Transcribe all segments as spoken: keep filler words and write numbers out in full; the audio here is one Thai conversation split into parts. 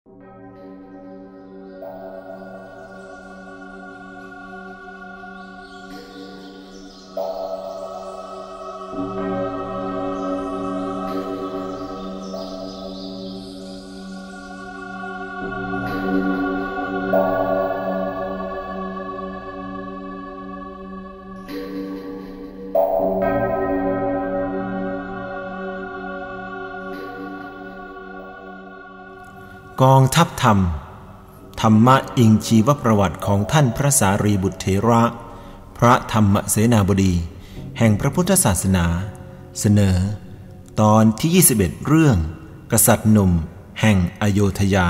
กองทัพธรรมธรรมะอิงชีวประวัติของท่านพระสารีบุตรเถระพระธรรมเสนาบดีแห่งพระพุทธศาสนาเสนอตอนที่ยี่สิบเอ็ดเรื่องกษัตริย์หนุ่มแห่งอโยธยา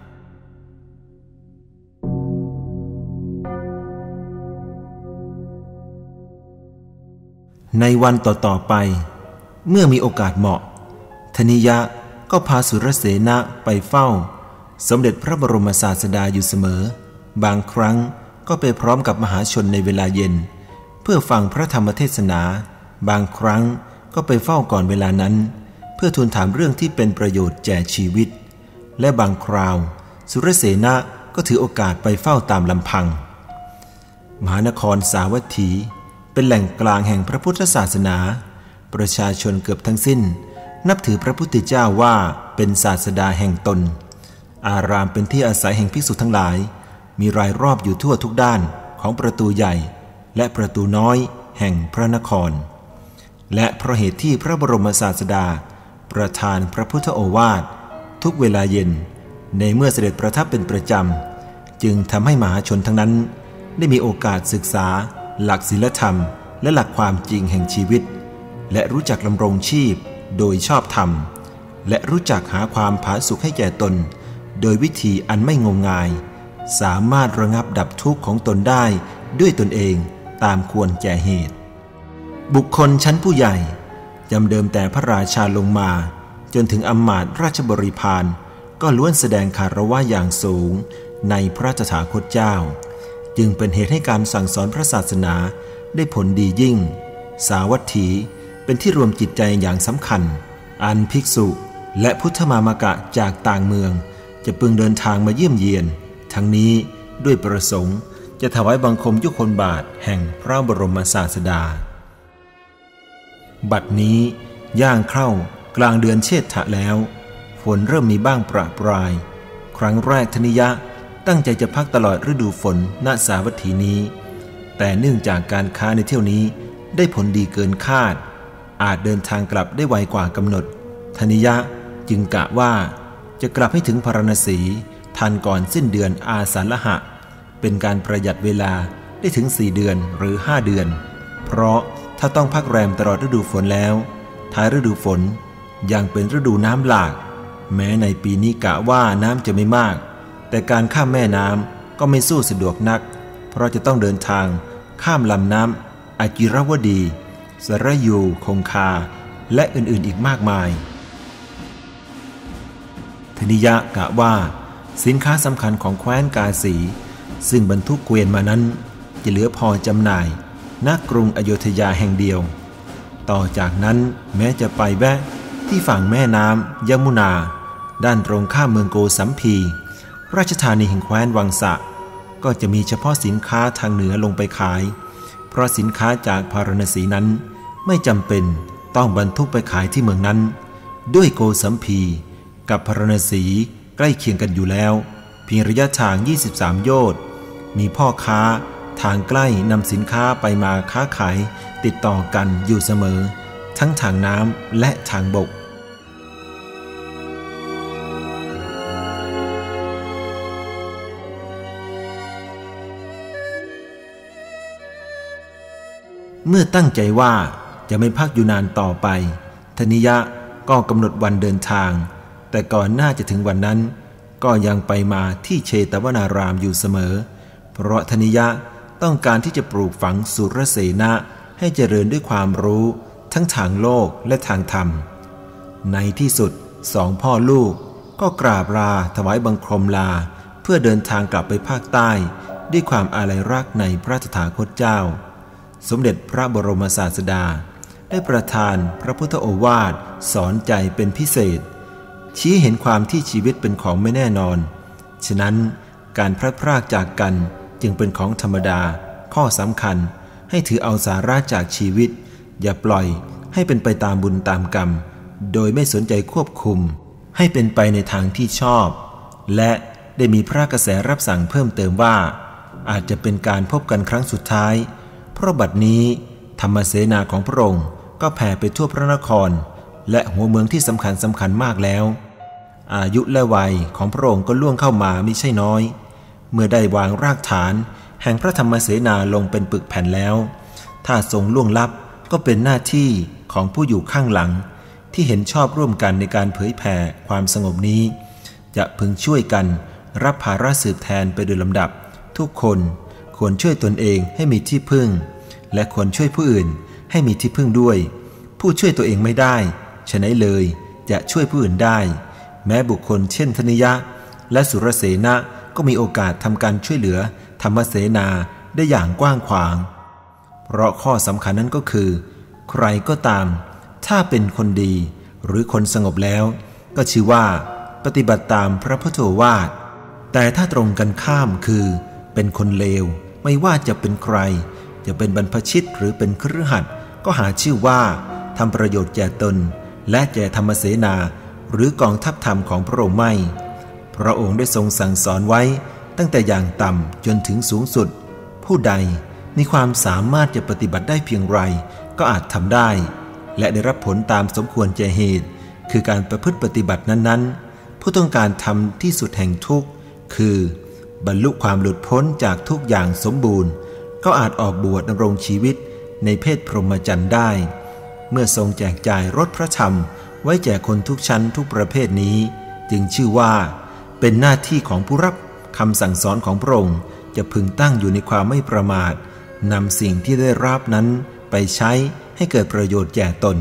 ในวันต่อๆไปเมื่อมีโอกาสเหมาะธนิยะก็พาสุรเสนะไปเฝ้าสมเด็จพระบรมศาสดาอยู่เสมอบางครั้งก็ไปพร้อมกับมหาชนในเวลาเย็นเพื่อฟังพระธรรมเทศนาบางครั้งก็ไปเฝ้าก่อนเวลานั้นเพื่อทูลถามเรื่องที่เป็นประโยชน์แก่ชีวิตและบางคราวสุรเสนะก็ถือโอกาสไปเฝ้าตามลำพังมหานครสาวัตถีเป็นแหล่งกลางแห่งพระพุทธศาสนาประชาชนเกือบทั้งสิ้นนับถือพระพุทธเจ้าว่าเป็นศาสดาแห่งตนอารามเป็นที่อาศัยแห่งภิกษุทั้งหลายมีรายรอบอยู่ทั่วทุกด้านของประตูใหญ่และประตูน้อยแห่งพระนครและเพราะเหตุที่พระบรมศาสดาประทานพระพุทธโอวาททุกเวลาเย็นในเมื่อเสด็จประทับเป็นประจำจึงทำให้มหาชนทั้งนั้นได้มีโอกาสศึกษาหลักศีลธรรมและหลักความจริงแห่งชีวิตและรู้จักดำรงชีพโดยชอบธรรมและรู้จักหาความผาสุกให้แก่ตนโดยวิธีอันไม่งมงายสามารถระงับดับทุกข์ของตนได้ด้วยตนเองตามควรแก่เหตุบุคคลชั้นผู้ใหญ่จำเดิมแต่พระราชาลงมาจนถึงอำมาตย์ราชบริพารก็ล้วนแสดงคารวะอย่างสูงในพระตถาคตเจ้าจึงเป็นเหตุให้การสั่งสอนพระศาสนาได้ผลดียิ่งสาวัตถีเป็นที่รวมจิตใจอย่างสำคัญอันภิกษุและพุทธมามกะจากต่างเมืองจะพึงเดินทางมาเยี่ยมเยียนทั้งนี้ด้วยประสงค์จะถวายบังคมยุคลบาทแห่งพระบรมศาสดาบัดนี้ย่างเข้ากลางเดือนเชษฐะแล้วฝนเริ่มมีบ้างประปรายครั้งแรกธนิยะตั้งใจจะพักตลอดฤดูฝนณสาวัตถีนี้แต่เนื่องจากการค้าในเที่ยวนี้ได้ผลดีเกินคาดอาจเดินทางกลับได้ไวกว่ากำหนดธนิยะจึงกะว่าจะกลับให้ถึงพาราณสีทันก่อนสิ้นเดือนอาสาฬหะเป็นการประหยัดเวลาได้ถึงสี่เดือนหรือห้าเดือนเพราะถ้าต้องพักแรมตลอดฤดูฝนแล้วท้ายฤดูฝนยังเป็นฤดูน้ำหลากแม้ในปีนี้กะว่าน้ำจะไม่มากแต่การข้ามแม่น้ำก็ไม่สู้สะดวกนักเพราะจะต้องเดินทางข้ามลำน้ำอากิรวดีสระยูคงคาและอื่นๆอีกมากมายธนิยะกะว่าสินค้าสำคัญของแคว้นกาสีซึ่งบรรทุกเกวียนมานั้นจะเหลือพอจำหน่ายณกรุงอโยธยาแห่งเดียวต่อจากนั้นแม้จะไปแวะที่ฝั่งแม่น้ำยมุนาด้านตรงข้ามเมืองโกสัมพีราชธานีแห่งแคว้นวังสะก็จะมีเฉพาะสินค้าทางเหนือลงไปขายเพราะสินค้าจากพาราณสีนั้นไม่จำเป็นต้องบรรทุกไปขายที่เมืองนั้นด้วยโกสัมพีกับพาราณสีใกล้เคียงกันอยู่แล้วเพียงระยะทางยี่สิบสามโยชน์มีพ่อค้าทางใกล้นำสินค้าไปมาค้าขายติดต่อกันอยู่เสมอทั้งทางน้ำและทางบกเมื่อตั้งใจว่าจะไม่พักอยู่นานต่อไปธนิยะก็กำหนดวันเดินทางแต่ก่อนหน้าจะถึงวันนั้นก็ยังไปมาที่เชตวนารามอยู่เสมอเพราะธนิยะต้องการที่จะปลูกฝังสุรเสนะให้เจริญด้วยความรู้ทั้งทางโลกและทางธรรมในที่สุดสองพ่อลูกก็กราบลาถวายบังคมลาเพื่อเดินทางกลับไปภาคใต้ด้วยความอาลัยรักในพระตถาคตเจ้าสมเด็จพระบรมศาสดาได้ประทานพระพุทธโอวาทสอนใจเป็นพิเศษชี้เห็นความที่ชีวิตเป็นของไม่แน่นอนฉะนั้นการพลัดพรากจากกันจึงเป็นของธรรมดาข้อสำคัญให้ถือเอาสาระจากชีวิตอย่าปล่อยให้เป็นไปตามบุญตามกรรมโดยไม่สนใจควบคุมให้เป็นไปในทางที่ชอบและได้มีพระกระแสรับสั่งเพิ่มเติมว่าอาจจะเป็นการพบกันครั้งสุดท้ายเพราะบัดนี้ธรรมเสนาของพระองค์ก็แผ่ไปทั่วพระนครและหัวเมืองที่สำคัญสำคัญมากแล้วอายุและวัยของพระองค์ก็ล่วงเข้ามามิใช่น้อยเมื่อได้วางรากฐานแห่งพระธรรมเสนาลงเป็นปึกแผ่นแล้วถ้าทรงล่วงลับก็เป็นหน้าที่ของผู้อยู่ข้างหลังที่เห็นชอบร่วมกันในการเผยแผ่ความสงบนี้จะพึงช่วยกันรับภาระสืบแทนไปโดยลำดับทุกคนควรช่วยตนเองให้มีที่พึ่งและควรช่วยผู้อื่นให้มีที่พึ่งด้วยผู้ช่วยตัวเองไม่ได้ฉะนั้นเลยจะช่วยผู้อื่นได้แม้บุคคลเช่นธนิยะและสุรเสนะก็มีโอกาสทำการช่วยเหลือธรรมเสนาได้อย่างกว้างขวางเพราะข้อสำคัญนั้นก็คือใครก็ตามถ้าเป็นคนดีหรือคนสงบแล้วก็ชื่อว่าปฏิบัติตามพระพุทธโอวาทแต่ถ้าตรงกันข้ามคือเป็นคนเลวไม่ว่าจะเป็นใครจะเป็นบรรพชิตหรือเป็นคฤหัสถ์ก็หาชื่อว่าทำประโยชน์แก่ตนและแก่ธรรมเสนาหรือกองทัพธรรมของพระองค์ไม่พระองค์ได้ทรงสั่งสอนไว้ตั้งแต่อย่างต่ำจนถึงสูงสุดผู้ใดมีความสามารถจะปฏิบัติได้เพียงไรก็อาจทำได้และได้รับผลตามสมควรแก่เหตุคือการประพฤติปฏิบัตินั้นๆผู้ต้องการทำที่สุดแห่งทุกข์คือบรรลุความหลุดพ้นจากทุกอย่างสมบูรณ์ก็อาจออกบวชดำรงชีวิตในเพศพรหมจรรย์ได้เมื่อทรงแจกจ่ายรถพระธรรมไว้แจกคนทุกชั้นทุกประเภทนี้จึงชื่อว่าเป็นหน้าที่ของผู้รับคำสั่งสอนของพระองค์จะพึงตั้งอยู่ในความไม่ประมาทนำสิ่งที่ได้รับนั้นไปใช้ให้เกิดประโยชน์แก่ตน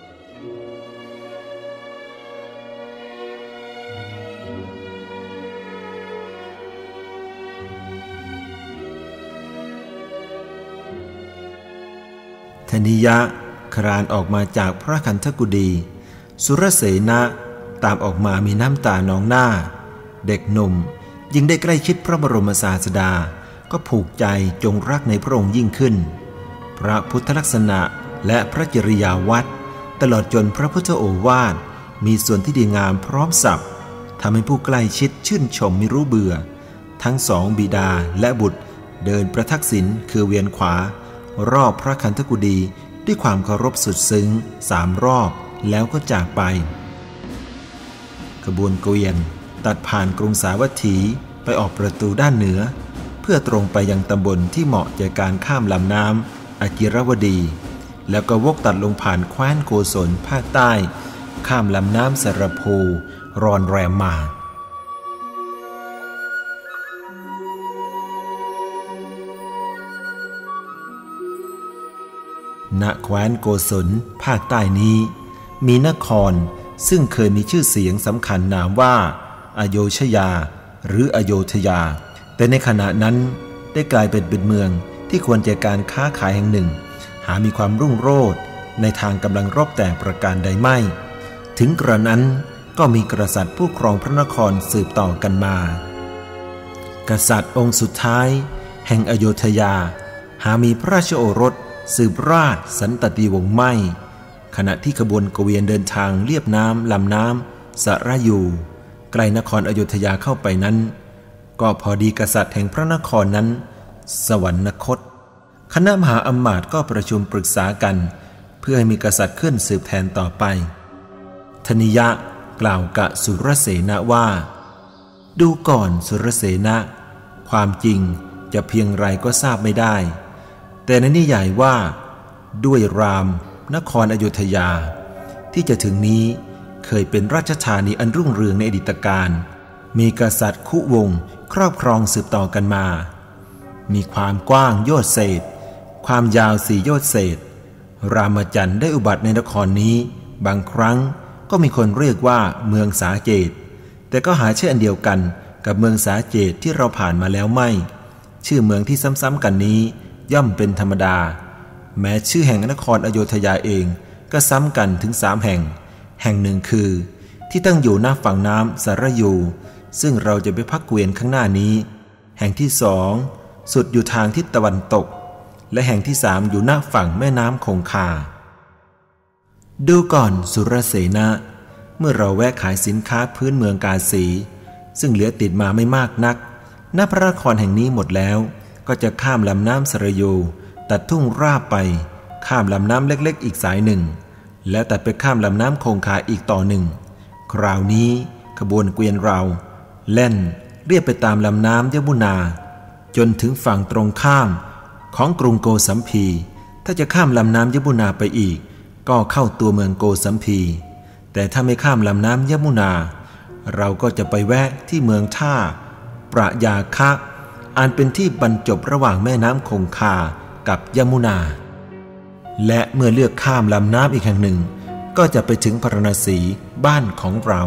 ธนิยะคลานออกมาจากพระคันธกุฎีสุรเสนะตามออกมามีน้ำตานองหน้าเด็กหนุ่มยิ่งได้ใกล้ชิดพระบรมศาสดาก็ผูกใจจงรักในพระองค์ยิ่งขึ้นพระพุทธลักษณะและพระจริยาวัดตลอดจนพระพุทธโอวาทมีส่วนที่ดีงามพร้อมสับทำให้ผู้ใกล้ชิดชื่นชมไม่รู้เบื่อทั้งสองบิดาและบุตรเดินประทักษิณคือเวียนขวารอบพระคันธกุฎีด้วยความเคารพสุดซึ้งสามรอบแล้วก็จากไปขบวนเกวียนตัดผ่านกรุงสาวัตถีไปออกประตูด้านเหนือเพื่อตรงไปยังตำบลที่เหมาะแก่การข้ามลำน้ำอากิรวดีแล้วก็วกตัดลงผ่านแคว้นโกศลภาคใต้ข้ามลำน้ำสระภูรอนแรมมาณแคว้นโกศลภาคใต้นี้มีนครซึ่งเคยมีชื่อเสียงสำคัญนามว่าอโยชยาหรืออโยธยาแต่ในขณะนั้นได้กลายเป็นเป็นเมืองที่ควรแก่การค้าขายแห่งหนึ่งหามีความรุ่งโรจน์ในทางกำลังรบแต่ประการใดไม่ถึงกระนั้นก็มีกษัตริย์ผู้ครองพระนครสืบต่อกันมากษัตริย์องค์สุดท้ายแห่งอโยธยาหามีพระราชโอรสสืบราชสันตติวงศ์ไม่ขณะที่ขบวนเกวียนเดินทางเลียบน้ำลำน้ำสระยูใกล้นครอโยธยาเข้าไปนั้นก็พอดีกษัตริย์แห่งพระนครนั้นสวรรคตคณะมหาอำมาตย์ก็ประชุมปรึกษากันเพื่อให้มีกษัตริย์ขึ้นสืบแทนต่อไปธนิยะกล่าวกับสุรเสนะว่าดูก่อนสุรเสนะความจริงจะเพียงไรก็ทราบไม่ได้แต่ในนิยายว่าด้วยรามนครอโยธยาที่จะถึงนี้เคยเป็นราชธานีอันรุ่งเรืองในอดีตการมีกษัตริย์คุวงศ์ครอบครองสืบต่อกันมามีความกว้างโยชน์เศษความยาวสี่โยชน์เศษรามจันทร์ได้อุบัติในนครนี้บางครั้งก็มีคนเรียกว่าเมืองสาเกตแต่ก็หาชื่ออันเดียวกันกับเมืองสาเกตที่เราผ่านมาแล้วไม่ชื่อเมืองที่ซ้ำๆกันนี้ย่อมเป็นธรรมดาแม้ชื่อแห่งนครอโยธยาเองก็ซ้ำกันถึงสามแห่งแห่งหนึ่งคือที่ตั้งอยู่หน้าฝั่งน้ำสารยูซึ่งเราจะไปพักเกวียนข้างหน้านี้แห่งที่สองสุดอยู่ทางทิศตะวันตกและแห่งที่สามอยู่หน้าฝั่งแม่น้ำคงคาดูก่อนสุรเสนะเมื่อเราแวะขายสินค้าพื้นเมืองกาสีซึ่งเหลือติดมาไม่มากนักณพระนครแห่งนี้หมดแล้วก็จะข้ามลำน้ำสระยูตัดทุ่งราบไปข้ามลำน้ำเล็กๆอีกสายหนึ่งแล้วตัดไปข้ามลำน้ำคงคาอีกต่อหนึ่งคราวนี้ขบวนเกวียนเราแล่นเรียบไปตามลำน้ำยมุนาจนถึงฝั่งตรงข้ามของกรุงโกสัมพีถ้าจะข้ามลำน้ำยมุนาไปอีกก็เข้าตัวเมืองโกสัมพีแต่ถ้าไม่ข้ามลำน้ำยมุนาเราก็จะไปแวะที่เมืองท่าปรายาคะอันเป็นที่บรรจบระหว่างแม่น้ำคงคากับยมุนาและเมื่อเลือกข้ามลำน้ำอีกแห่งหนึ่งก็จะไปถึงพาราณสีบ้านของเรา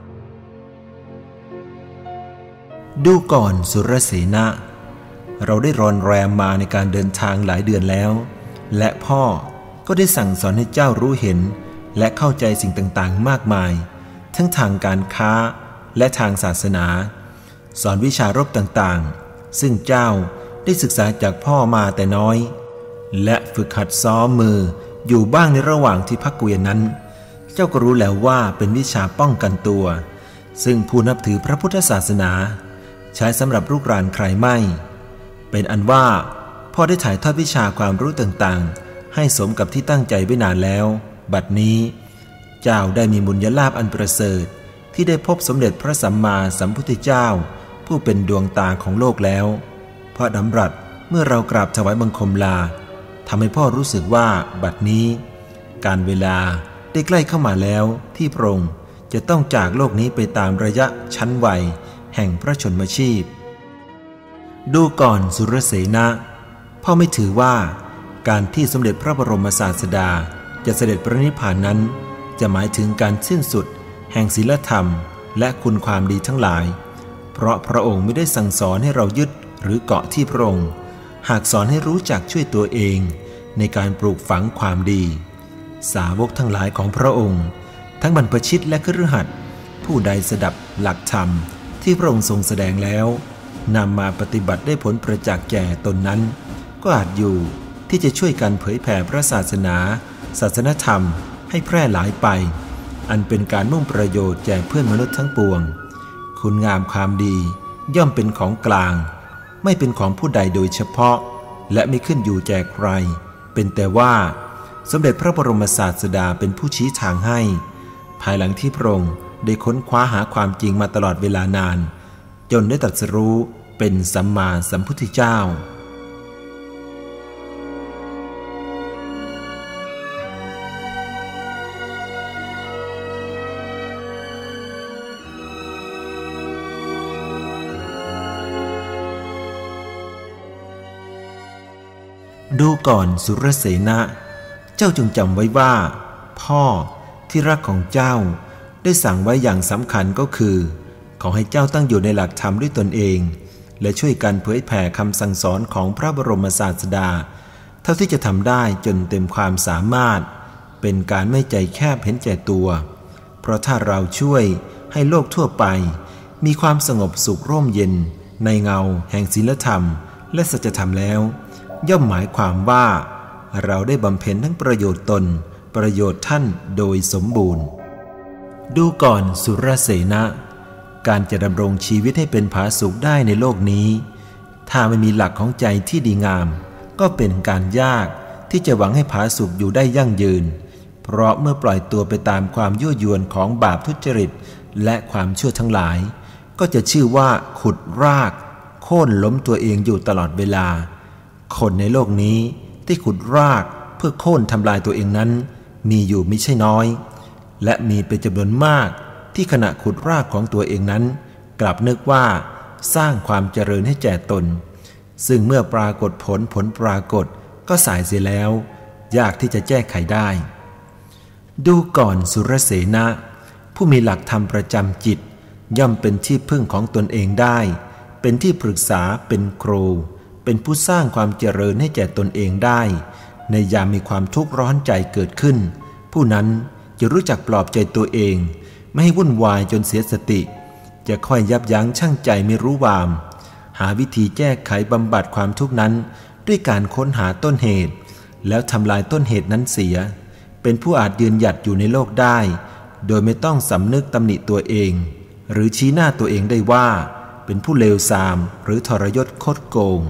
ดูก่อนสุรเสนะเราได้รอนแรมมาในการเดินทางหลายเดือนแล้วและพ่อก็ได้สั่งสอนให้เจ้ารู้เห็นและเข้าใจสิ่งต่างๆมากมายทั้งทางการค้าและทางศาสนาสอนวิชารบต่างๆซึ่งเจ้าได้ศึกษาจากพ่อมาแต่น้อยและฝึกหัดซ้อมมืออยู่บ้างในระหว่างที่พักเกวียนนั้นเจ้าก็รู้แล้วว่าเป็นวิชาป้องกันตัวซึ่งผู้นับถือพระพุทธศาสนาใช้สำหรับลูกหลานใครไม่เป็นอันว่าพ่อได้ถ่ายทอดวิชาความรู้ต่างๆให้สมกับที่ตั้งใจไว้นานแล้วบัดนี้เจ้าได้มีบุญญาลาภอันประเสริฐที่ได้พบสมเด็จพระสัมมาสัมพุทธเจ้าผู้เป็นดวงตาของโลกแล้วเพราะดำรัสเมื่อเรากราบถวายบังคมลาทำให้พ่อรู้สึกว่าบัดนี้การเวลาได้ใกล้เข้ามาแล้วที่พระองค์จะต้องจากโลกนี้ไปตามระยะชั้นวัยแห่งพระชนมชีพดูก่อนสุรเสนะพ่อไม่ถือว่าการที่สมเด็จพระบรมศาสดาจะเสด็จพระนิพพานนั้นจะหมายถึงการสิ้นสุดแห่งศีลธรรมและคุณความดีทั้งหลายเพราะพระองค์ไม่ได้สั่งสอนให้เรายึดหรือเกาะที่พระองค์หากสอนให้รู้จักช่วยตัวเองในการปลูกฝังความดีสาวกทั้งหลายของพระองค์ทั้งบรรพชิตและคฤหัสถ์ผู้ใดสดับหลักธรรมที่พระองค์ทรงแสดงแล้วนำมาปฏิบัติได้ผลประจักษ์แก่ตนนั้นก็อาจอยู่ที่จะช่วยกันเผยแผ่พระศาสนาศาสนธรรมให้แพร่หลายไปอันเป็นการมุ่งประโยชน์แก่เพื่อนมนุษย์ทั้งปวงคุณงามความดีย่อมเป็นของกลางไม่เป็นของผู้ใดโดยเฉพาะและไม่ขึ้นอยู่แก่ใครเป็นแต่ว่าสมเด็จพระบรมศาสดาเป็นผู้ชี้ทางให้ภายหลังที่พระองค์ได้ค้นคว้าหาความจริงมาตลอดเวลานานจนได้ตรัสรู้เป็นสัมมาสัมพุทธเจ้าดูก่อนสุรเสนะเจ้าจงจำไว้ว่าพ่อที่รักของเจ้าได้สั่งไว้อย่างสำคัญก็คือขอให้เจ้าตั้งอยู่ในหลักธรรมด้วยตนเองและช่วยกันเผยแผ่คำสั่งสอนของพระบรมศาสดาเท่าที่จะทำได้จนเต็มความสามารถเป็นการไม่ใจแคบเห็นแก่ตัวเพราะถ้าเราช่วยให้โลกทั่วไปมีความสงบสุขร่มเย็นในเงาแห่งศีลธรรมและสัจธรรมแล้วย่อมหมายความว่าเราได้บำเพ็ญทั้งประโยชน์ตนประโยชน์ท่านโดยสมบูรณ์ดูก่อนสุรเสนะการจะดำรงชีวิตให้เป็นผาสุกได้ในโลกนี้ถ้าไม่มีหลักของใจที่ดีงามก็เป็นการยากที่จะหวังให้ผาสุกอยู่ได้ยั่งยืนเพราะเมื่อปล่อยตัวไปตามความยั่วยวนของบาปทุจริตและความชั่วทั้งหลายก็จะชื่อว่าขุดรากโค่นล้มตัวเองอยู่ตลอดเวลาคนในโลกนี้ที่ขุดรากเพื่อโค่นทำลายตัวเองนั้นมีอยู่ไม่ใช่น้อยและมีเป็นจำนวนมากที่ขณะขุดรากของตัวเองนั้นกลับนึกว่าสร้างความเจริญให้แก่ตนซึ่งเมื่อปรากฏผลผลปรากฏก็สายเสียแล้วยากที่จะแก้ไขได้ดูก่อนสุรเสนะผู้มีหลักธรรมประจำจิตย่อมเป็นที่พึ่งของตนเองได้เป็นที่ปรึกษาเป็นครูเป็นผู้สร้างความเจริญให้แก่ตนเองได้ในยามมีความทุกข์ร้อนใจเกิดขึ้นผู้นั้นจะรู้จักปลอบใจตัวเองไม่ให้วุ่นวายจนเสียสติจะค่อยยับยั้งชั่งใจไม่รู้วามหาวิธีแก้ไขบำบัดความทุกข์นั้นด้วยการค้นหาต้นเหตุแล้วทำลายต้นเหตุนั้นเสียเป็นผู้อาจยืนหยัดอยู่ในโลกได้โดยไม่ต้องสำนึกตำหนิตัวเองหรือชี้หน้าตัวเองได้ว่าเป็นผู้เลวทรามหรือทรยศคดโกง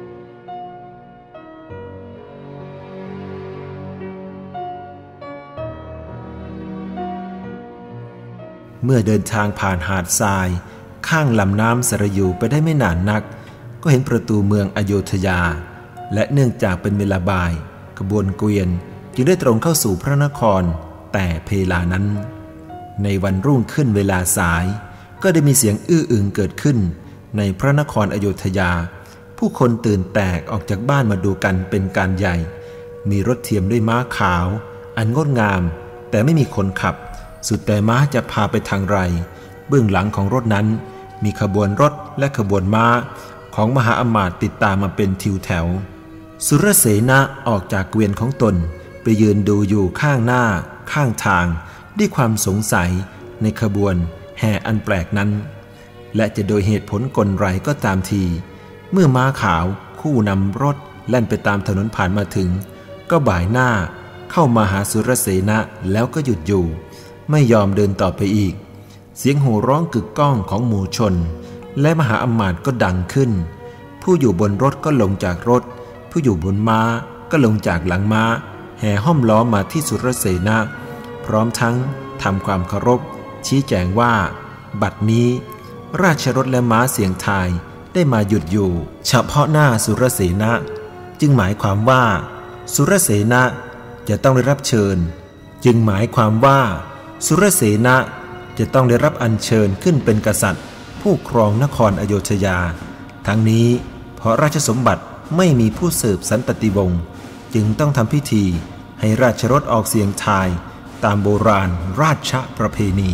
เมื่อเดินทางผ่านหาดทรายข้างลำน้ำสระยูไปได้ไม่นานนักก็เห็นประตูเมืองอโยธยาและเนื่องจากเป็นเวลาบ่ายขบวนเกวียนจึงได้ตรงเข้าสู่พระนครแต่เพลานั้นในวันรุ่งขึ้นเวลาสายก็ได้มีเสียงอื้ออึงเกิดขึ้นในพระนครอโยธยาผู้คนตื่นแตกออกจากบ้านมาดูกันเป็นการใหญ่มีรถเทียมด้วยม้าขาวอันงดงามแต่ไม่มีคนขับสุดแต่ม้าจะพาไปทางไรเบื้องหลังของรถนั้นมีขบวนรถและขบวนม้าของมหาอมาตย์ติดตามมาเป็นทิวแถวสุรเสนะออกจากเกวียนของตนไปยืนดูอยู่ข้างหน้าข้างทางด้วยความสงสัยในขบวนแห่อันแปลกนั้นและจะโดยเหตุผลกลไรก็ตามทีเมื่อม้าขาวคู่นำรถแล่นไปตามถนนผ่านมาถึงก็บ่ายหน้าเข้ามาหาสุรเสนะแล้วก็หยุดอยู่ไม่ยอมเดินต่อไปอีกเสียงโห่ร้องกึกก้องของหมู่ชนและมหาอมาตย์ก็ดังขึ้นผู้อยู่บนรถก็ลงจากรถผู้อยู่บนม้าก็ลงจากหลังม้าแห่ห้อมล้อมมาที่สุรเสนะพร้อมทั้งทำความเคารพชี้แจงว่าบัดนี้ราชรถและม้าเสียงทายได้มาหยุดอยู่เฉพาะหน้าสุรเสนะจึงหมายความว่าสุรเสนะจะต้องได้รับเชิญจึงหมายความว่าสุรเสนะจะต้องได้รับอัญเชิญขึ้นเป็นกษัตริย์ผู้ครองนครอโยธยาทั้งนี้เพราะราชสมบัติไม่มีผู้สืบสันตติวงศ์จึงต้องทำพิธีให้ราชรถออกเสียงทายตามโบราณราชประเพณี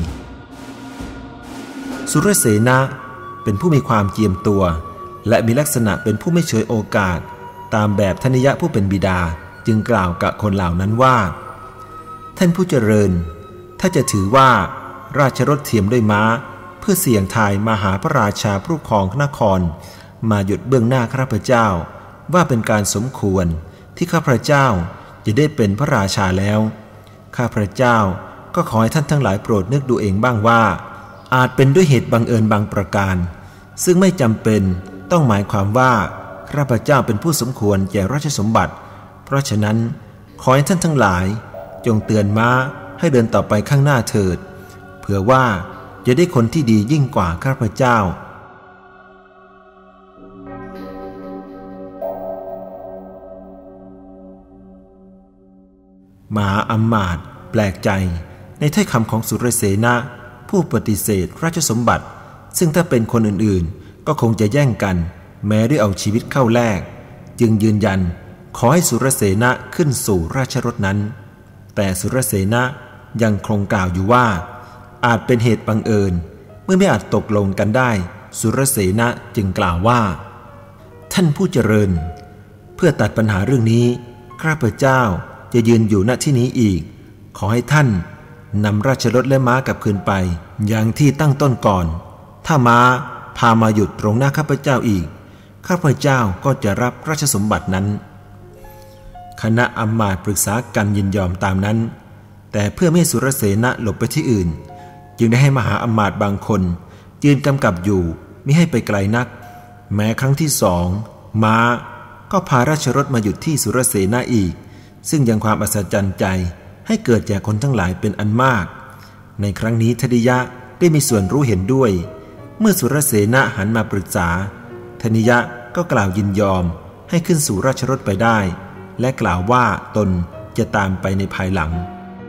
สุรเสนะเป็นผู้มีความเจียมตัวและมีลักษณะเป็นผู้ไม่เฉยโอกาสตามแบบธนิยะผู้เป็นบิดาจึงกล่าวกับคนเหล่านั้นว่าท่านผู้เจริญถ้าจะถือว่าราชรถเทียมด้วยม้าเพื่อเสี่ยงทายมาหาพระราชาผู้ครองนครมาหยุดเบื้องหน้าข้าพเจ้าว่าเป็นการสมควรที่ข้าพเจ้าจะได้เป็นพระราชาแล้วข้าพเจ้าก็ขอให้ท่านทั้งหลายโปรดนึกดูเองบ้างว่าอาจเป็นด้วยเหตุบังเอิญบางประการซึ่งไม่จำเป็นต้องหมายความว่าข้าพเจ้าเป็นผู้สมควรแก่ราชสมบัติเพราะฉะนั้นขอให้ท่านทั้งหลายจงเตือนม้าให้เดินต่อไปข้างหน้าเถิดเผื่อว่าจะได้คนที่ดียิ่งกว่าข้าพเจ้ามหาอมาตย์แปลกใจในถ้อยคำของสุรเสนะผู้ปฏิเสธราชสมบัติซึ่งถ้าเป็นคนอื่นๆก็คงจะแย่งกันแม้ได้เอาชีวิตเข้าแลกจึงยืนยันขอให้สุรเสนะขึ้นสู่ราชรถนั้นแต่สุรเสนะยังคงกล่าวอยู่ว่าอาจเป็นเหตุบังเอิญเมื่อไม่อาจตกลงกันได้สุรเสนะจึงกล่าวว่าท่านผู้เจริญเพื่อตัดปัญหาเรื่องนี้ข้าพเจ้าจะยืนอยู่ณที่นี้อีกขอให้ท่านนำราชรถและม้ากลับคืนไปอย่างที่ตั้งต้นก่อนถ้าม้าพามาหยุดตรงหน้าข้าพเจ้าอีกข้าพเจ้าก็จะรับราชสมบัตินั้นคณะอำมาตย์ปรึกษากันยินยอมตามนั้นแต่เพื่อไม่ให้สุรเสนะหลบไปที่อื่นจึงได้ให้มหาอำมาตย์บางคนยืนกำกับอยู่มิให้ไปไกลนักแม้ครั้งที่สองม้าก็พาราชรถมาหยุดที่สุรเสนะอีกซึ่งยังความอัศจรรย์ใจให้เกิดแก่คนทั้งหลายเป็นอันมากในครั้งนี้ธนิยะได้มีส่วนรู้เห็นด้วยเมื่อสุรเสนะหันมาปรึกษาธนิยะก็กล่าวยินยอมให้ขึ้นสู่ราชรถไปได้และกล่าวว่าตนจะตามไปในภายหลัง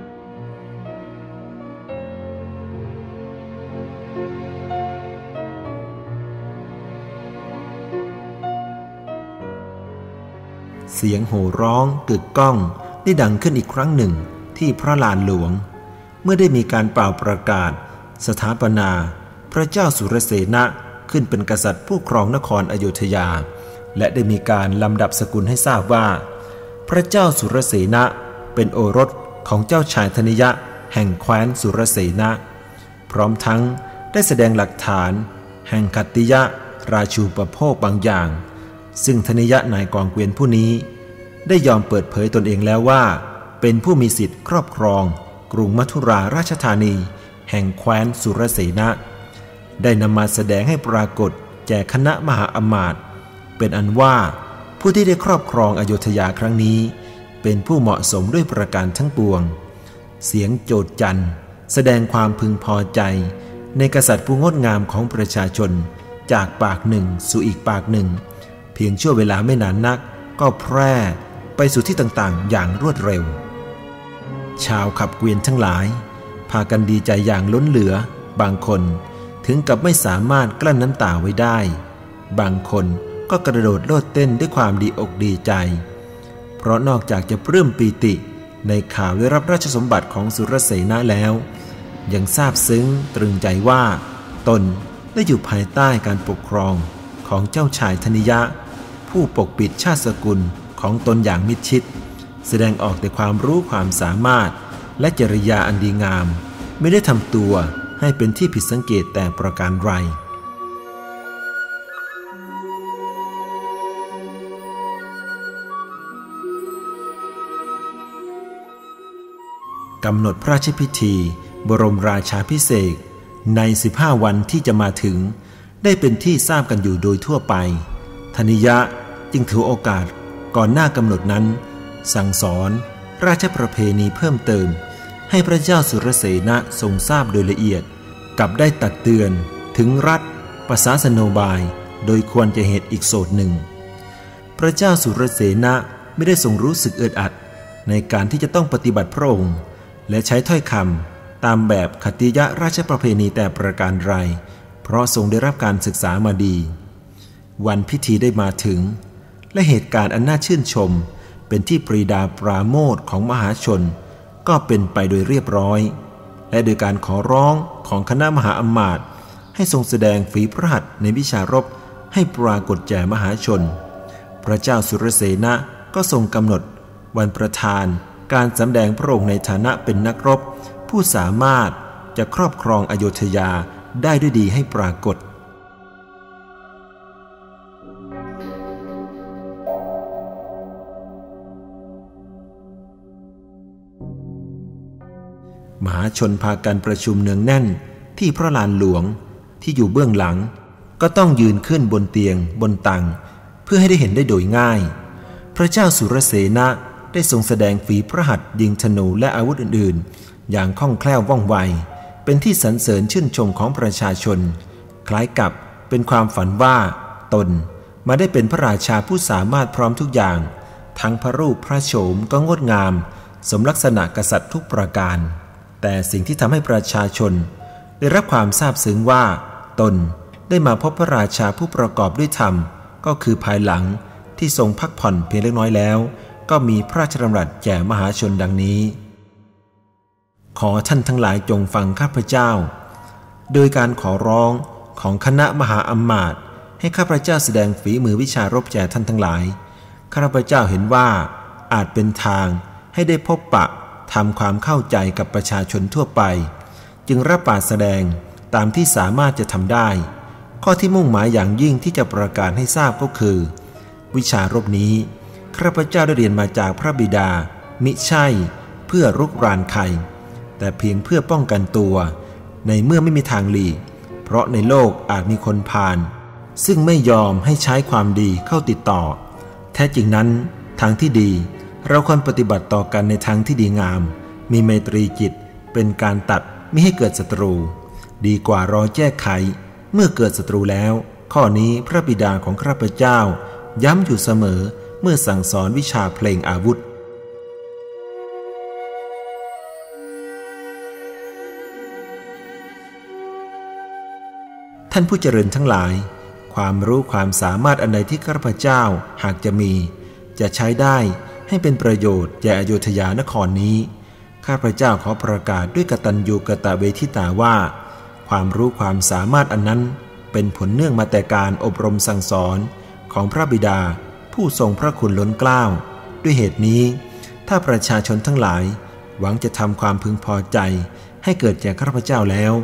เสียงโห่ร้องกึกก้องได้ดังขึ้นอีกครั้งหนึ่งที่พระลานหลวงเมื่อได้มีการเป่าประกาศสถาปนาพระเจ้าสุรเสนะขึ้นเป็นกษัตริย์ผู้ครองนครอโยธยาและได้มีการลำดับสกุลให้ทราบว่าพระเจ้าสุรเสนะเป็นโอรสของเจ้าชายธนิยะแห่งแคว้นสุรเสนะพร้อมทั้งได้แสดงหลักฐานแห่งคัตติยะราชูปโภคบางอย่างซึ่งธนิยะนายกองเกวียนผู้นี้ได้ยอมเปิดเผยตนเองแล้วว่าเป็นผู้มีสิทธิ์ครอบครองกรุงมัทุราราชธานีแห่งแคว้นสุรเสนะได้นำมาแสดงให้ปรากฏแก่คณะมหาอมาตย์เป็นอันว่าผู้ที่ได้ครอบครองอโยธยาครั้งนี้เป็นผู้เหมาะสมด้วยประการทั้งปวงเสียงโจษจันแสดงความพึงพอใจในกษัตริย์ผู้งดงามของประชาชนจากปากหนึ่งสู่อีกปากหนึ่งเพียงชั่วเวลาไม่นานนักก็แพร่ไปสู่ที่ต่างๆอย่างรวดเร็วชาวขับเกวียนทั้งหลายพากันดีใจอย่างล้นเหลือบางคนถึงกับไม่สามารถกลั้นน้ำตาไว้ได้บางคนก็กระโดดโลดเต้นด้วยความดีอกดีใจเพราะนอกจากจะปลื้มปีติในข่าวได้รับราชสมบัติของสุรเสนะแล้วยังซาบซึ้งตรึงใจว่าตนได้อยู่ภายใต้การปกครองของเจ้าชายธนิยะผู้ปกปิดชาติสกุลของตนอย่างมิดชิดแสดงออกแต่ความรู้ความสามารถและจริยาอันดีงามไม่ได้ทำตัวให้เป็นที่ผิดสังเกตแต่ประการใดกำหนดพระราชพิธีบรมราชาภิเษกในสิบห้าวันที่จะมาถึงได้เป็นที่ทราบกันอยู่โดยทั่วไปธนิยะจึงถือโอกาสก่อนหน้ากำหนดนั้นสั่งสอนราชประเพณีเพิ่มเติมให้พระเจ้าสุรเสนะทรงทราบโดยละเอียดกับได้ตักเตือนถึงรัฐประศาสโนบายโดยควรจะเหตุอีกโสดหนึ่งพระเจ้าสุรเสนะไม่ได้ทรงรู้สึกอึดอัดในการที่จะต้องปฏิบัติพระองค์และใช้ถ้อยคำตามแบบขัตติยราชประเพณีแต่ประการใดเพราะทรงได้รับการศึกษามาดีวันพิธีได้มาถึงและเหตุการณ์อันน่าชื่นชมเป็นที่ปรีดาปราโมทย์ของมหาชนก็เป็นไปโดยเรียบร้อยและโดยการขอร้องของคณะมหาอมาตย์ให้ทรงแสดงฝีพระหัตถ์ในวิชารบให้ปรากฏแก่มหาชนพระเจ้าสุรเสนะก็ทรงกำหนดวันประธานการสำแดงพระองค์ในฐานะเป็นนักรบผู้สามารถจะครอบครองอโยธยาได้ด้วยดีให้ปรากฏมหาชนพากันประชุมเนืองแน่นที่พระลานหลวงที่อยู่เบื้องหลังก็ต้องยืนขึ้นบนเตียงบนตังเพื่อให้ได้เห็นได้โดยง่ายพระเจ้าสุรเสนะได้ทรงแสดงฝีพระหัตถ์ยิงธนูและอาวุธอื่นๆอย่างคล่องแคล่วว่องไวเป็นที่สรรเสริญชื่นชมของประชาชนคล้ายกับเป็นความฝันว่าตนมาได้เป็นพระราชาผู้สามารถพร้อมทุกอย่างทั้งพระรูปพระโฉมก็งดงามสมลักษณะกษัตริย์ทุกประการแต่สิ่งที่ทำให้ประชาชนได้รับความซาบซึ้งว่าตนได้มาพบพระราชาผู้ประกอบด้วยธรรมก็คือภายหลังที่ทรงพักผ่อนเพียงเล็กน้อยแล้วก็มีพระราชดำรัสแก่มหาชนดังนี้ขอท่านทั้งหลายจงฟังข้าพเจ้าโดยการขอร้องของคณะมหาอมาตย์ให้ข้าพเจ้าแสดงฝีมือวิชารบแก่ท่านทั้งหลายข้าพเจ้าเห็นว่าอาจเป็นทางให้ได้พบปะทำความเข้าใจกับประชาชนทั่วไปจึงรับปากแสดงตามที่สามารถจะทำได้ข้อที่มุ่งหมายอย่างยิ่งที่จะประกาศให้ทราบก็คือวิชารบนี้ข้าพเจ้าได้เรียนมาจากพระบิดามิใช่เพื่อรุกรานใครแต่เพียงเพื่อป้องกันตัวในเมื่อไม่มีทางหลีกเพราะในโลกอาจมีคนพาลซึ่งไม่ยอมให้ใช้ความดีเข้าติดต่อแท้จริงนั้นทางที่ดีเราควรปฏิบัติต่อกันในทางที่ดีงามมีไมตรีจิตเป็นการตัดไม่ให้เกิดศัตรูดีกว่ารอแก้ไขเมื่อเกิดศัตรูแล้วข้อนี้พระบิดาของข้าพเจ้าย้ำอยู่เสมอเมื่อสั่งสอนวิชาเพลงอาวุธท่านผู้เจริญทั้งหลายความรู้ความสามารถอันใดที่ข้าพเจ้าหากจะมีจะใช้ได้ให้เป็นประโยชน์แก่อโยธยานครนี้ข้าพเจ้าขอประกาศด้วยกตัญญูกตเวทิตาว่าความรู้ความสามารถอันนั้นเป็นผลเนื่องมาแต่การอบรมสั่งสอนของพระบิดาผู้ทรงพระคุณล้นเกล้าด้วยเหตุนี้ถ้าประชาชนทั้งหลายหวังจะทำความพึงพอใจให้เกิดแก่ข้าพเจ้าแล้ว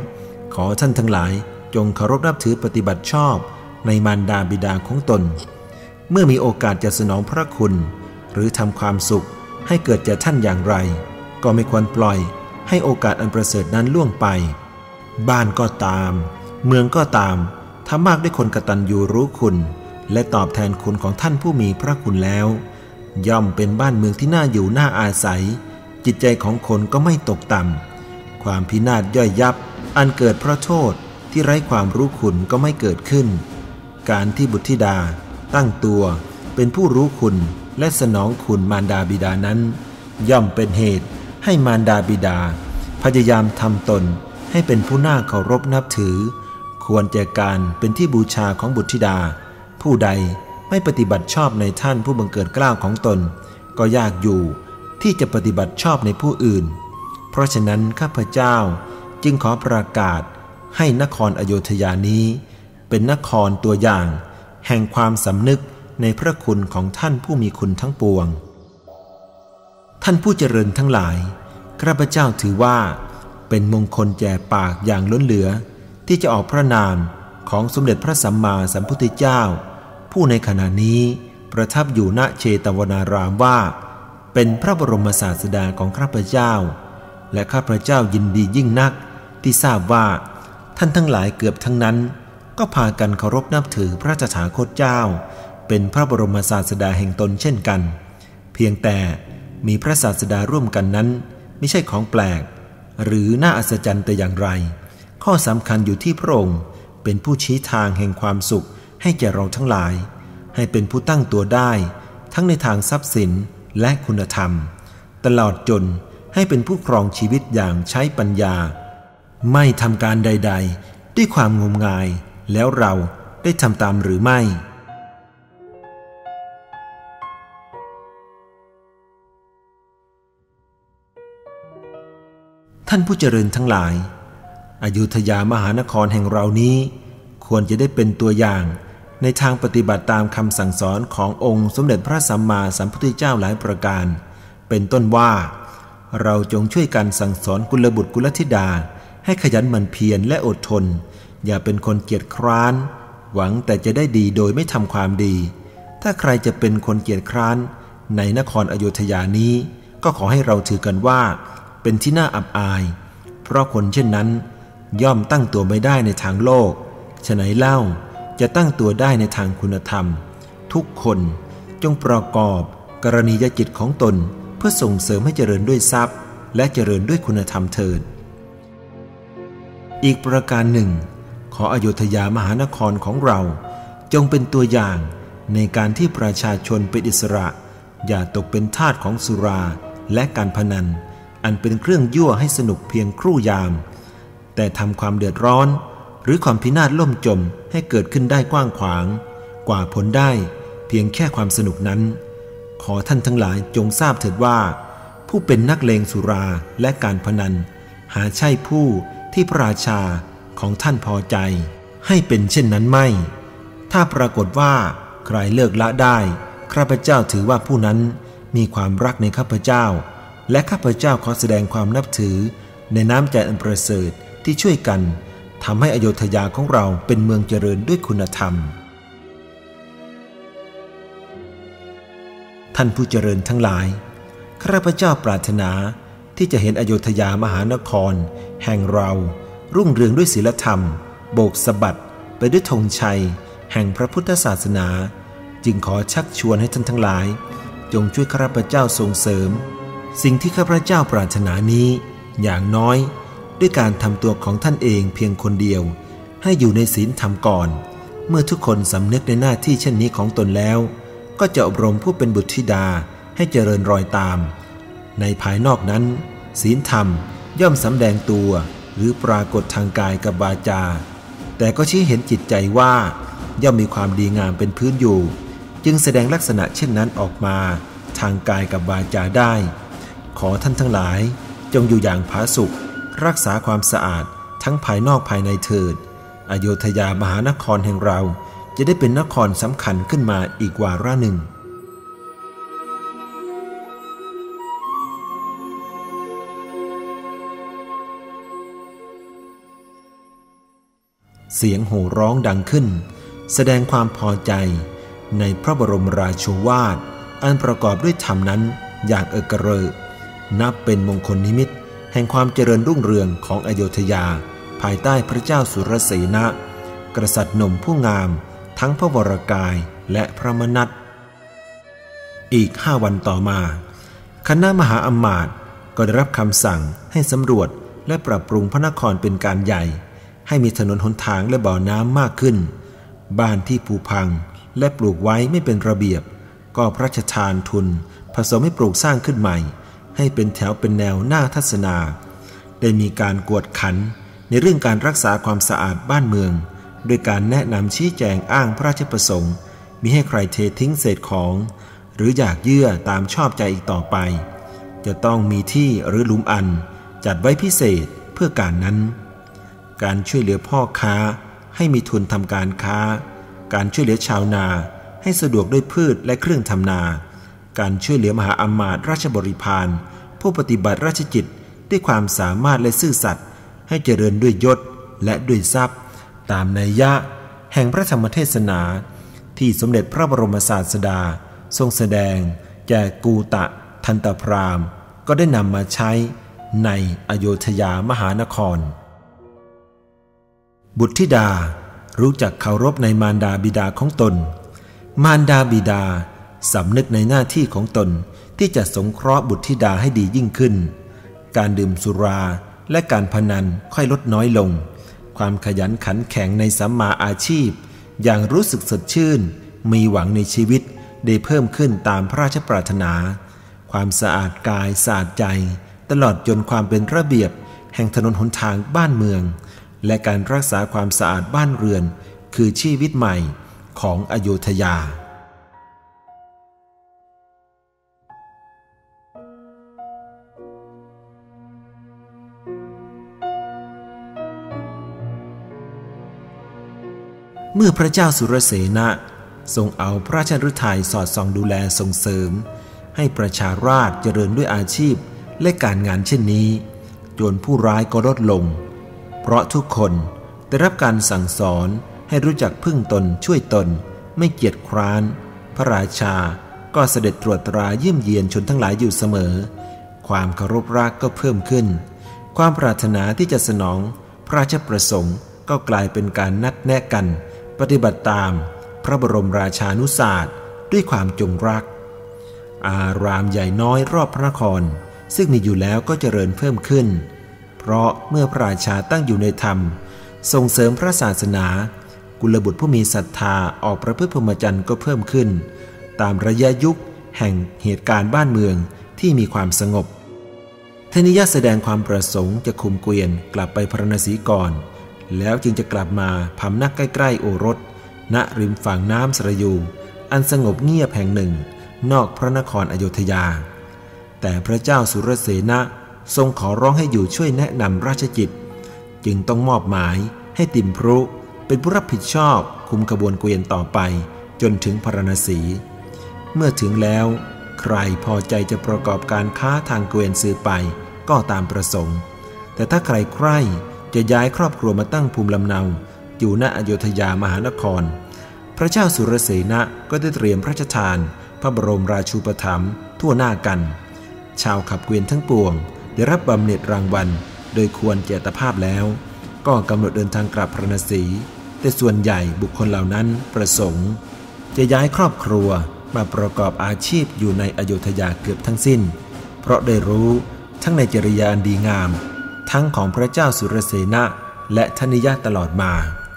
ขอท่านทั้งหลายจงเคารพนับถือปฏิบัติชอบในมารดาบิดาของตนเมื่อมีโอกาสจะสนองพระคุณหรือทำความสุขให้เกิดแก่ท่านอย่างไรก็ไม่ควรปล่อยให้โอกาสอันประเสริฐนั้นล่วงไปบ้านก็ตามเมืองก็ตามถ้ามากด้วยคนกตัญญูรู้คุณและตอบแทนคุณของท่านผู้มีพระคุณแล้วย่อมเป็นบ้านเมืองที่น่าอยู่น่าอาศัยจิตใจของคนก็ไม่ตกต่ำความพินาศย่อยยับอันเกิดเพราะโทษที่ไร้ความรู้คุณก็ไม่เกิดขึ้นการที่บุตรธิดาตั้งตัวเป็นผู้รู้คุณและสนองคุณมารดาบิดานั้นย่อมเป็นเหตุให้มารดาบิดาพยายามทำตนให้เป็นผู้น่าเคารพนับถือควรแก่การเป็นที่บูชาของบุตรธิดาผู้ใดไม่ปฏิบัติชอบในท่านผู้บังเกิดเกล้าของตนก็ยากอยู่ที่จะปฏิบัติชอบในผู้อื่นเพราะฉะนั้นข้าพเจ้าจึงขอประกาศให้นครอโยธยานี้เป็นนครตัวอย่างแห่งความสำนึกในพระคุณของท่านผู้มีคุณทั้งปวงท่านผู้เจริญทั้งหลายข้าพเจ้าถือว่าเป็นมงคลแก่ปากอย่างล้นเหลือที่จะออกพระนามของสมเด็จพระสัมมาสัมพุทธเจ้าผู้ในขณะนี้ประทับอยู่ณเชตวนารามว่าเป็นพระบรมศาสดาของข้าพเจ้าและข้าพเจ้ายินดียิ่งนักที่ทราบว่าท่านทั้งหลายเกือบทั้งนั้นก็พากันเคารพนับถือพระตถาคตเจ้าเป็นพระบรมศาสดาแห่งตนเช่นกันเพียงแต่มีพระศาสดาร่วมกันนั้นไม่ใช่ของแปลกหรือน่าอัศจรรย์แต่อย่างไรข้อสำคัญอยู่ที่พระองค์เป็นผู้ชี้ทางแห่งความสุขให้แก่เราทั้งหลายให้เป็นผู้ตั้งตัวได้ทั้งในทางทรัพย์สินและคุณธรรมตลอดจนให้เป็นผู้ครองชีวิตอย่างใช้ปัญญาไม่ทำการใดๆด้วยความงมงายแล้วเราได้ทำตามหรือไม่ท่านผู้เจริญทั้งหลายอยุธยามหานครแห่งเรานี้ควรจะได้เป็นตัวอย่างในทางปฏิบัติตามคำสั่งสอนขององค์สมเด็จพระสัมมาสัมพุทธเจ้าหลายประการเป็นต้นว่าเราจงช่วยกันสั่งสอนกุลบุตรกุลธิดาให้ขยันหมั่นเพียรและอดทนอย่าเป็นคนเกียจคร้านหวังแต่จะได้ดีโดยไม่ทำความดีถ้าใครจะเป็นคนเกียจคร้านในนครอโยธยานี้ก็ขอให้เราถือกันว่าเป็นที่น่าอับอายเพราะคนเช่นนั้นย่อมตั้งตัวไม่ได้ในทางโลกฉะไหนเล่าจะตั้งตัวได้ในทางคุณธรรมทุกคนจงประกอบกรณียจิตของตนเพื่อส่งเสริมให้เจริญด้วยทรัพย์และเจริญด้วยคุณธรรมเถิดอีกประการหนึ่งขออโยธยามหานครของเราจงเป็นตัวอย่างในการที่ประชาชนเป็นอิสระอย่าตกเป็นทาสของสุราและการพนันอันเป็นเครื่องยั่วให้สนุกเพียงครู่ยามแต่ทำความเดือดร้อนหรือความพินาศล่มจมให้เกิดขึ้นได้กว้างขวางกว่าผลได้เพียงแค่ความสนุกนั้นขอท่านทั้งหลายจงทราบเถิดว่าผู้เป็นนักเลงสุราและการพนันหาใช่ผู้ที่พระราชาของท่านพอใจให้เป็นเช่นนั้นไม่ถ้าปรากฏว่าใครเลิกละได้ข้าพเจ้าถือว่าผู้นั้นมีความรักในข้าพเจ้าและข้าพเจ้าขอแสดงความนับถือในน้ำใจอันประเสริฐที่ช่วยกันทำให้อโยธยาของเราเป็นเมืองเจริญด้วยคุณธรรมท่านผู้เจริญทั้งหลายข้าพเจ้าปรารถนาที่จะเห็นอโยธยามหานครแห่งเรารุ่งเรืองด้วยศีลธรรมโบกสะบัดไปด้วยธงชัยแห่งพระพุทธศาสนาจึงขอชักชวนให้ท่านทั้งหลายจงช่วยข้าพเจ้าส่งเสริมสิ่งที่ข้าพเจ้าปรารถนานี้อย่างน้อยด้วยการทำตัวของท่านเองเพียงคนเดียวให้อยู่ในศีลธรรมก่อนเมื่อทุกคนสำนึกในหน้าที่เช่นนี้ของตนแล้วก็จะอบรมผู้เป็นบุตรธิดาให้เจริญรอยตามในภายนอกนั้นศีลธรรมย่อมสำแดงตัวหรือปรากฏทางกายกับวาจาแต่ก็ชี้เห็นจิตใจว่าย่อมมีความดีงามเป็นพื้นอยู่จึงแสดงลักษณะเช่นนั้นออกมาทางกายกับวาจาได้ขอท่านทั้งหลายจงอยู่อย่างผาสุกรักษาความสะอาดทั้งภายนอกภายในเถิดอโยธยามหานครแห่งเราจะได้เป็นนครสำคัญขึ้นมาอีกวาระหนึ่งเสียงโห่ร้องดังขึ้นแสดงความพอใจในพระบรมราโชวาทอันประกอบด้วยธรรมนั้นอย่างเอกเริกนับเป็นมงคลนิมิตแห่งความเจริญรุ่งเรืองของอโยธยาภายใต้พระเจ้าสุรเสนะกษัตริย์หนุ่มผู้งามทั้งพระวรกายและพระมนัสอีกห้าวันต่อมาคณะมหาอมาตย์ก็ได้รับคำสั่งให้สำรวจและปรับปรุงพระนครเป็นการใหญ่ให้มีถนนหนทางและบ่อน้ำมากขึ้นบ้านที่ผุพังและปลูกไว้ไม่เป็นระเบียบก็พระราชทานทุนผสมให้ปลูกสร้างขึ้นใหม่ให้เป็นแถวเป็นแนวหน้าทัศนาได้มีการกวดขันในเรื่องการรักษาความสะอาดบ้านเมืองโดยการแนะนำชี้แจงอ้างพระราชประสงค์มิให้ใครเททิ้งเศษของหรืออยากเยื่อตามชอบใจอีกต่อไปจะต้องมีที่หรือหลุมอันจัดไว้พิเศษเพื่อการนั้นการช่วยเหลือพ่อค้าให้มีทุนทำการค้าการช่วยเหลือชาวนาให้สะดวกด้วยพืชและเครื่องทำนาการช่วยเหลือมหาอมาตย์ราชบริพารผู้ปฏิบัติราชกิจด้วยความสามารถและซื่อสัตย์ให้เจริญด้วยยศและด้วยทรัพย์ตามนัยยะแห่งพระธรรมเทศนาที่สมเด็จพระบรมศาสดาทรงแสดงแก่กูตะทันตพราหมณ์ก็ได้นำมาใช้ในอโยธยามหานครบุตรธิดารู้จักเคารพในมารดาบิดาของตนมารดาบิดาสำนึกในหน้าที่ของตนที่จะสงเคราะห์บุตรธิดาให้ดียิ่งขึ้นการดื่มสุราและการพนันค่อยลดน้อยลงความขยันขันแข็งในสัมมาอาชีพอย่างรู้สึกสดชื่นมีหวังในชีวิตได้เพิ่มขึ้นตามพระราชปรารถนาความสะอาดกายสะอาดใจตลอดจนความเป็นระเบียบแห่งถนนหนทางบ้านเมืองและการรักษาความสะอาดบ้านเรือนคือชีวิตใหม่ของอโยธยาเมื่อพระเจ้าสุรเสนะทรงเอาพระราชฤทัยสอดส่องดูแลส่งเสริมให้ประชาราษฎร์เจริญด้วยอาชีพและการงานเช่นนี้โจรผู้ร้ายก็ลดลงเพราะทุกคนได้รับการสั่งสอนให้รู้จักพึ่งตนช่วยตนไม่เกียจคร้านพระราชาก็เสด็จตรวจตราเยี่ยมเยียนชนทั้งหลายอยู่เสมอความเคารพรักก็เพิ่มขึ้นความปรารถนาที่จะสนองพระราชประสงค์ก็กลายเป็นการนัดแนะกันปฏิบัติตามพระบรมราชานุศาสตร์ด้วยความจงรักอารามใหญ่น้อยรอบพระนครซึ่งมีอยู่แล้วก็เจริญเพิ่มขึ้นเพราะเมื่อพระราชาตั้งอยู่ในธรรมส่งเสริมพระศาสนากุลบุตรผู้มีศรัทธาออกประพฤติพรหมจรรย์ก็เพิ่มขึ้นตามระยะยุคแห่งเหตุการณ์บ้านเมืองที่มีความสงบทนิยะแสดงความประสงค์จะคุมเกวียนกลับไปพระนศีก่อนแล้วจึงจะกลับมาพำนักใกล้ๆโอรสณริมฝั่งน้ำสระยูอันสงบเงียบแห่งหนึ่งนอกพระนครอโยธยาแต่พระเจ้าสุรเสนะทรงขอร้องให้อยู่ช่วยแนะนำราชกิจจึงต้องมอบหมายให้ติมพรุเป็นผู้รับผิดชอบคุมขบวนเกวียนต่อไปจนถึงพาราณสีเมื่อถึงแล้วใครพอใจจะประกอบการค้าทางเกวียนซื้อไปก็ตามประสงค์แต่ถ้าใครใคร่จะย้ายครอบครัวมาตั้งภูมิลำเนาอยู่ณอโยธยามหานครพระเจ้าสุรเสนะก็ได้เตรียมพระราชทานพระบรมราชูปถัมภ์ทั่วหน้ากันชาวขับเกวียนทั้งปวงได้รับบำเหน็จรางวัลโดยควรแก่อัตภาพแล้วก็กำหนดเดินทางกลับพระนศีแต่ส่วนใหญ่บุคคลเหล่านั้นประสงค์จะย้ายครอบครัวมาประกอบอาชีพอยู่ในอโยธยาเกือบทั้งสิ้นเพราะได้รู้ทั้งในจริยาอันดีงามทั้งของพระเจ้าสุรเสนะและทนิยะตลอดมา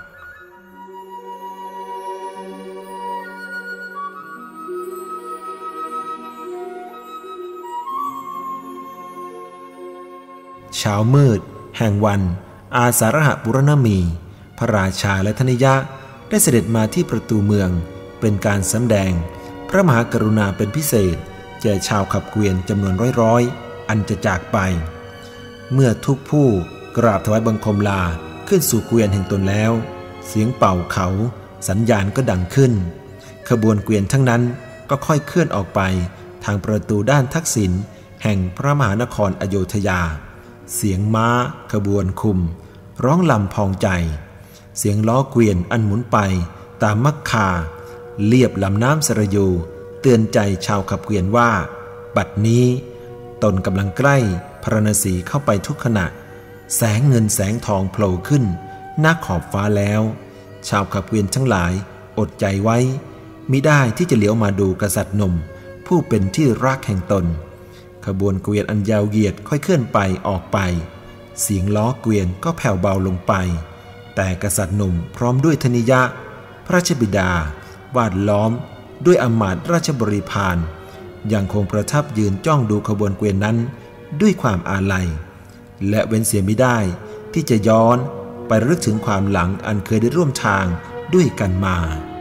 เช้ามืดแห่งวันอาสาฬหปุรณมีพระราชาและทนิยะได้เสด็จมาที่ประตูเมืองเป็นการสำแดงพระมหากรุณาเป็นพิเศษแก่ชาวขับเกวียนจำนวนร้อยๆอันจะจากไปเมื่อทุกผู้กราบถวายบังคมลาขึ้นสู่เกวียนแห่งตนแล้วเสียงเป่าเขาสัญญาณก็ดังขึ้นขบวนเกวียนทั้งนั้นก็ค่อยเคลื่อนออกไปทางประตูด้านทักษิณแห่งพระมหานครอโยธยาเสียงม้าขบวนคุมร้องลำพองใจเสียงล้อเกวียนอันหมุนไปตามมักคาเลียบลำน้ำสระยูเตือนใจชาวขับเกวียนว่าบัดนี้ตนกำลังใกล้พระนศีเข้าไปทุกขณะแสงเงินแสงทองโผล่ขึ้นณขอบฟ้าแล้วชาวขับเกวียนทั้งหลายอดใจไว้มิได้ที่จะเหลียวมาดูกษัตริย์หนุ่มผู้เป็นที่รักแห่งตนขบวนเกวียนอันยาวเหยียดค่อยเคลื่อนไปออกไปเสียงล้อเกวียนก็แผ่วเบาลงไปแต่กษัตริย์หนุ่มพร้อมด้วยธนิยะพระราชบิดาวาดล้อมด้วยอำมาตย์ราชบริพารยังคงประทับยืนจ้องดูขบวนเกวียนนั้นด้วยความอาลัยและเว้นเสียไม่ได้ที่จะย้อนไประลึกถึงความหลังอันเคยได้ร่วมทางด้วยกันมา